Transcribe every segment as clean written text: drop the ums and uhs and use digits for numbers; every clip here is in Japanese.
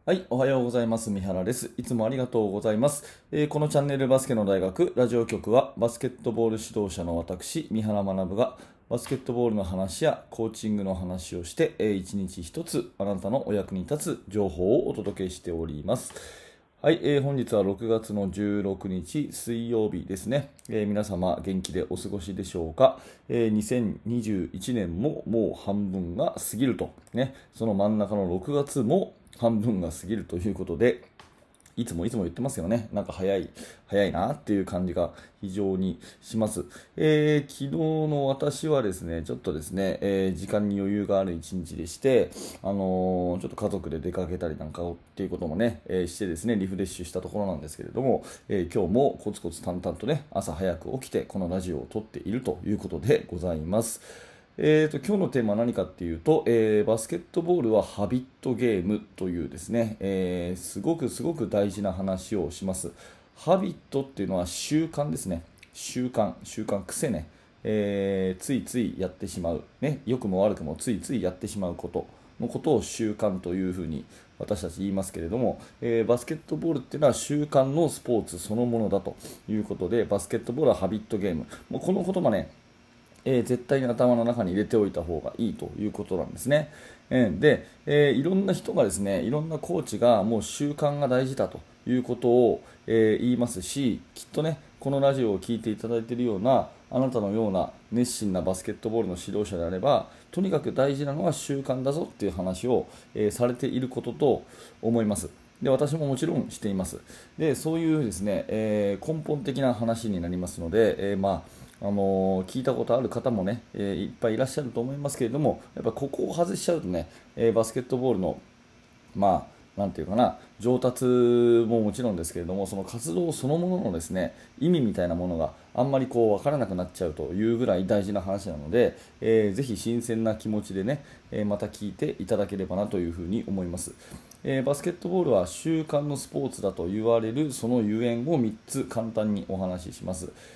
はい、おはようございます。三原です。いつもありがとうございます。このチャンネルバスケの大学ラジオ局はバスケットボール指導者の私、三原学がバスケットボールの話やコーチングの話をして、一日一つあなたのお役に立つ情報をお届けしております。はい、本日は6月の16日水曜日ですね。皆様元気でお過ごしでしょうか。2021年ももう半分が過ぎると、ね、その真ん中の6月も半分が過ぎるということで、いつも言ってますよね。なんか早いなっていう感じが非常にします。昨日の私はですね、ちょっとですね、時間に余裕がある一日でして、ちょっと家族で出かけたりなんかっていうこともね、してですね、リフレッシュしたところなんですけれども、今日もコツコツ淡々とね、朝早く起きてこのラジオを撮っているということでございます。今日のテーマは何かっていうと、バスケットボールはハビットゲームというですね、すごく大事な話をします。ハビットっていうのは習慣ですね。習慣、癖ね。ついついやってしまう、ね、良くも悪くもついついやってしまうことのことを習慣というふうに私たち言いますけれども、バスケットボールっていうのは習慣のスポーツそのものだということで、バスケットボールはハビットゲーム。もうこの言葉ね、絶対に頭の中に入れておいた方がいいということなんですね。で、いろんな人がですね、いろんなコーチがもう習慣が大事だということを、言いますし、きっとね、このラジオを聞いていただいているようなあなたのような熱心なバスケットボールの指導者であれば、とにかく大事なのは習慣だぞっていう話を、されていることと思います。で、私ももちろんしています。で、そういうですね、根本的な話になりますので、聞いたことある方もね、いっぱいいらっしゃると思いますけれども、やっぱここを外しちゃうとね、バスケットボールのなんていうかな、上達ももちろんですけれども、その活動そのもののですね、意味みたいなものがあんまりこう分からなくなっちゃうというぐらい大事な話なので、ぜひ新鮮な気持ちでね、また聞いていただければなというふうに思います。バスケットボールは習慣のスポーツだと言われるそのゆえんを3つ簡単にお話しします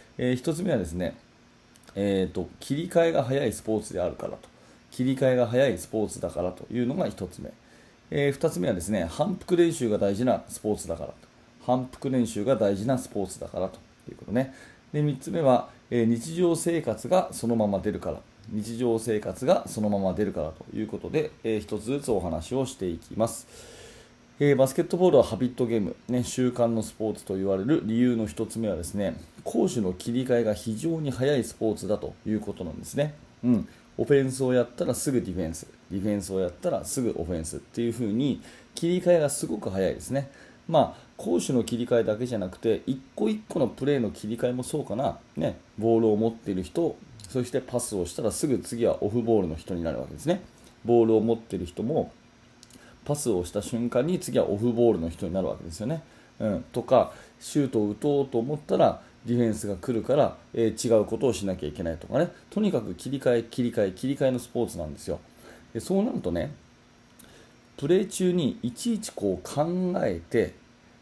。1つ目はですね、切り替えが早いスポーツであるからと、切り替えが早いスポーツだからというのが1つ目。2つ目はですね、反復練習が大事なスポーツだからと、反復練習が大事なスポーツだからということね。で、3つ目は、日常生活がそのまま出るから、日常生活がそのまま出るからということで、1つずつお話をしていきます。バスケットボールはハビットゲーム、ね、習慣のスポーツと言われる理由の1つ目はですね、攻守の切り替えが非常に速いスポーツだということなんですね。オフェンスをやったらすぐディフェンス、ディフェンスをやったらすぐオフェンスっていう風に切り替えがすごく速いですね。攻守の切り替えだけじゃなくて、一個一個のプレーの切り替えもそうかな、ね、ボールを持っている人、そしてパスをしたらすぐ次はオフボールの人になるわけですね。ボールを持っている人もパスをした瞬間に次はオフボールの人になるわけですよね。とか、シュートを打とうと思ったらディフェンスが来るから、違うことをしなきゃいけないとかね。とにかく切り替えのスポーツなんですよ。でそうなるとね、プレー中にいちいちこう考えて、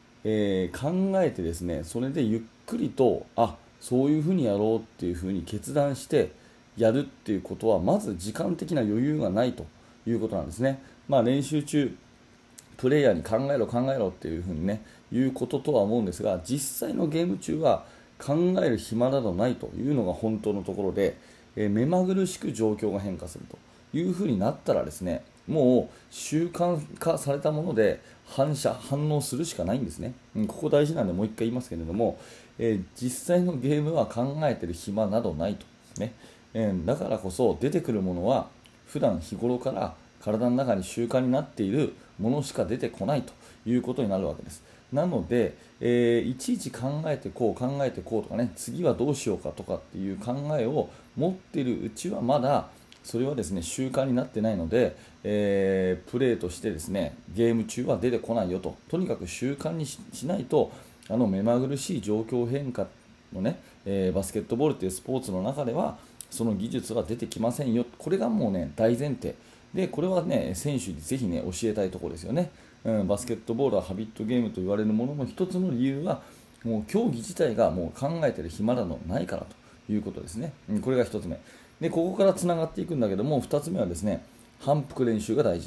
ですね、それでゆっくりと、そういうふうにやろうっていうふうに決断してやるっていうことは、まず時間的な余裕がないということなんですね。練習中プレイヤーに考えろっていうふうにね言うこととは思うんですが、実際のゲーム中は考える暇などないというのが本当のところで、目まぐるしく状況が変化するというふうになったらですね、もう習慣化されたもので反応するしかないんですね。ここ大事なんでもう一回言いますけれども、実際のゲームは考えてる暇などないと、ね。だからこそ出てくるものは普段日頃から体の中に習慣になっているものしか出てこないということになるわけです。なので、いちいち考えてこうとかね、次はどうしようかとかっていう考えを持っているうちはまだそれはですね習慣になってないので、プレーとしてですねゲーム中は出てこないよと。とにかく習慣に しないと目まぐるしい状況変化のね、バスケットボールというスポーツの中ではその技術は出てきませんよ。これがもうね大前提で、これはね選手にぜひね教えたいところですよね。バスケットボールはハビットゲームと言われるものの一つの理由は、もう競技自体がもう考えている暇などないからということですね。これが一つ目で、ここからつながっていくんだけども、二つ目はですね反復練習が大事と。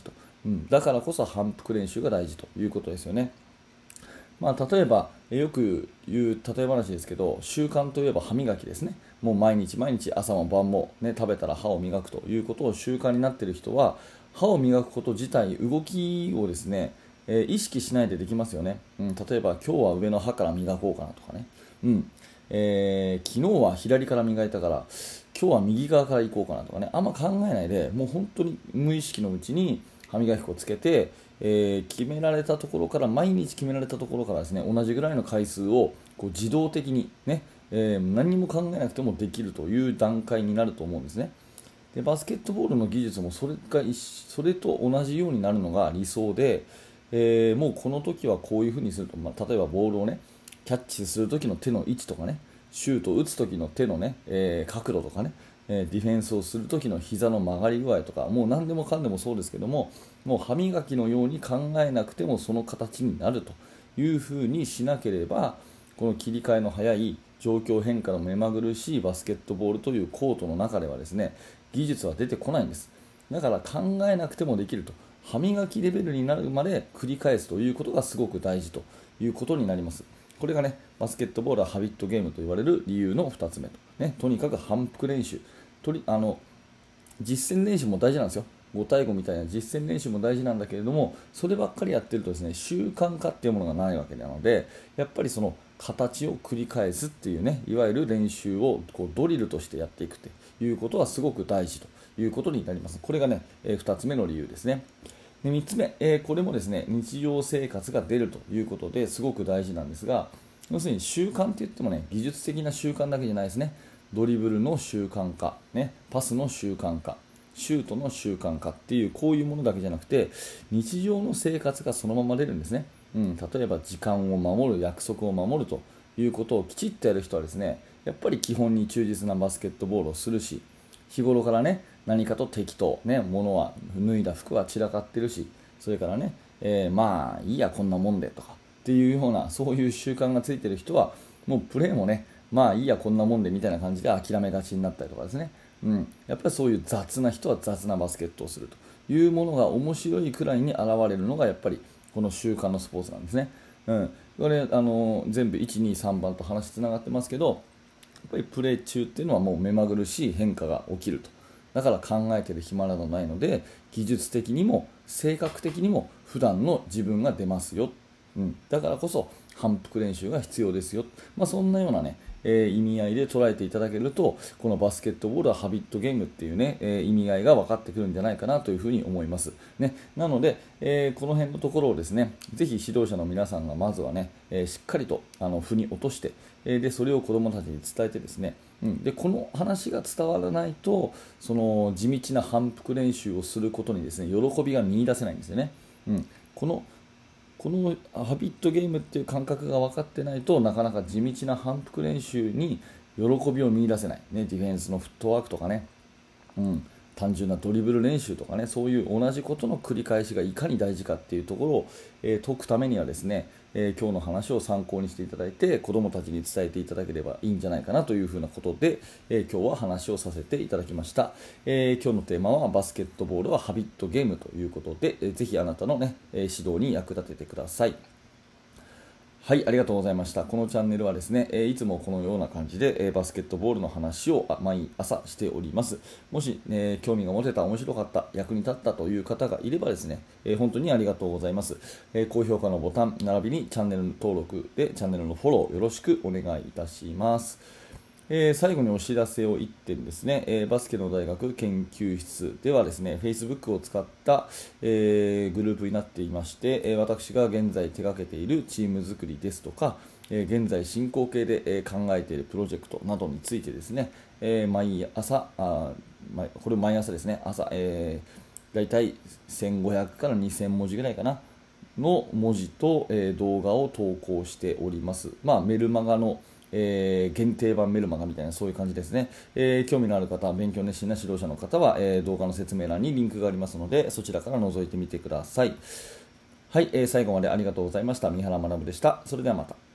だからこそ反復練習が大事ということですよね。例えばよく言う例え話ですけど、習慣といえば歯磨きですね。もう毎日毎日朝も晩も、食べたら歯を磨くということを習慣になっている人は、歯を磨くこと自体、動きをですね、意識しないでできますよね。例えば今日は上の歯から磨こうかなとかね、昨日は左から磨いたから今日は右側から行こうかなとかね、あんま考えないで、もう本当に無意識のうちに歯磨き粉をつけて、決められたところから、毎日決められたところからですね、同じぐらいの回数を自動的にね、何も考えなくてもできるという段階になると思うんですね。でバスケットボールの技術もそれと同じようになるのが理想で、もうこの時はこういうふうにすると、例えばボールをねキャッチする時の手の位置とかね、シュートを打つ時の手のね、角度とかね、ディフェンスをする時の膝の曲がり具合とか、もう何でもかんでもそうですけども、もう歯磨きのように考えなくてもその形になるというふうにしなければ、この切り替えの早い状況変化の目まぐるしいバスケットボールというコートの中ではですね、技術は出てこないんです。だから考えなくてもできると、歯磨きレベルになるまで繰り返すということがすごく大事ということになります。これがね、バスケットボールはハビットゲームと言われる理由の2つ目と、とにかく反復練習、実践練習も大事なんですよ。5対5みたいな実践練習も大事なんだけれども、そればっかりやってるとですね、習慣化っていうものがないわけなので、やっぱりその形を繰り返すっていうね、いわゆる練習をドリルとしてやっていくということはすごく大事ということになります。これがね、2つ目の理由ですね。で3つ目、これもですね、日常生活が出るということですごく大事なんですが、要するに習慣って言ってもね、技術的な習慣だけじゃないですね。ドリブルの習慣化、パスの習慣化、シュートの習慣化っていう、こういうものだけじゃなくて、日常の生活がそのまま出るんですね。例えば時間を守る、約束を守るということをきちっとやる人はですね、やっぱり基本に忠実なバスケットボールをするし、日頃からね、何かと適当、物は脱いだ服は散らかってるし、それからね、まあいいやこんなもんでとかっていうような、そういう習慣がついてる人は、もうプレーもね、まあいいやこんなもんでみたいな感じで諦めがちになったりとかですね、やっぱりそういう雑な人は雑なバスケットをするというものが面白いくらいに現れるのがやっぱりこの習慣のスポーツなんですね。これ全部1、2、3番と話つながってますけど、やっぱりプレー中っていうのはもう目まぐるしい変化が起きると。だから考えてる暇などないので、技術的にも性格的にも普段の自分が出ますよ、だからこそ反復練習が必要ですよ、そんなようなね、意味合いで捉えていただけると、このバスケットボールはハビットゲームっていうね、意味合いが分かってくるんじゃないかなというふうに思います、なので、この辺のところをですね、ぜひ指導者の皆さんがまずはね、しっかりと腑に落として、でそれを子どもたちに伝えてですね、でこの話が伝わらないと、その地道な反復練習をすることにですね、喜びが見出せないんですよね。このハビットゲームっていう感覚が分かってないと、なかなか地道な反復練習に喜びを見出せない、ディフェンスのフットワークとかね、単純なドリブル練習とかね、そういう同じことの繰り返しがいかに大事かっていうところを、解くためにはですね、今日の話を参考にしていただいて、子どもたちに伝えていただければいいんじゃないかなというふうなことで、今日は話をさせていただきました。今日のテーマはバスケットボールはハビットゲームということで、ぜひあなたの、指導に役立ててください。はい、ありがとうございました。このチャンネルはですね、いつもこのような感じで、バスケットボールの話を毎朝しております。もし、興味が持てた、面白かった、役に立ったという方がいればですね、本当にありがとうございます。高評価のボタン、並びにチャンネル登録でチャンネルのフォローよろしくお願いいたします。最後にお知らせを1点ですね、バスケの大学研究室ではですね、Facebook を使った、グループになっていまして、私が現在手掛けているチーム作りですとか、現在進行形で、考えているプロジェクトなどについてですね、毎朝ですね、朝、だいたい1500から2000文字ぐらいかなの文字と、動画を投稿しております。メルマガの限定版メルマガみたいな、そういう感じですね。興味のある方、勉強熱心な指導者の方は、動画の説明欄にリンクがありますので、そちらから覗いてみてください。はい、最後までありがとうございました。三原学でした。それではまた。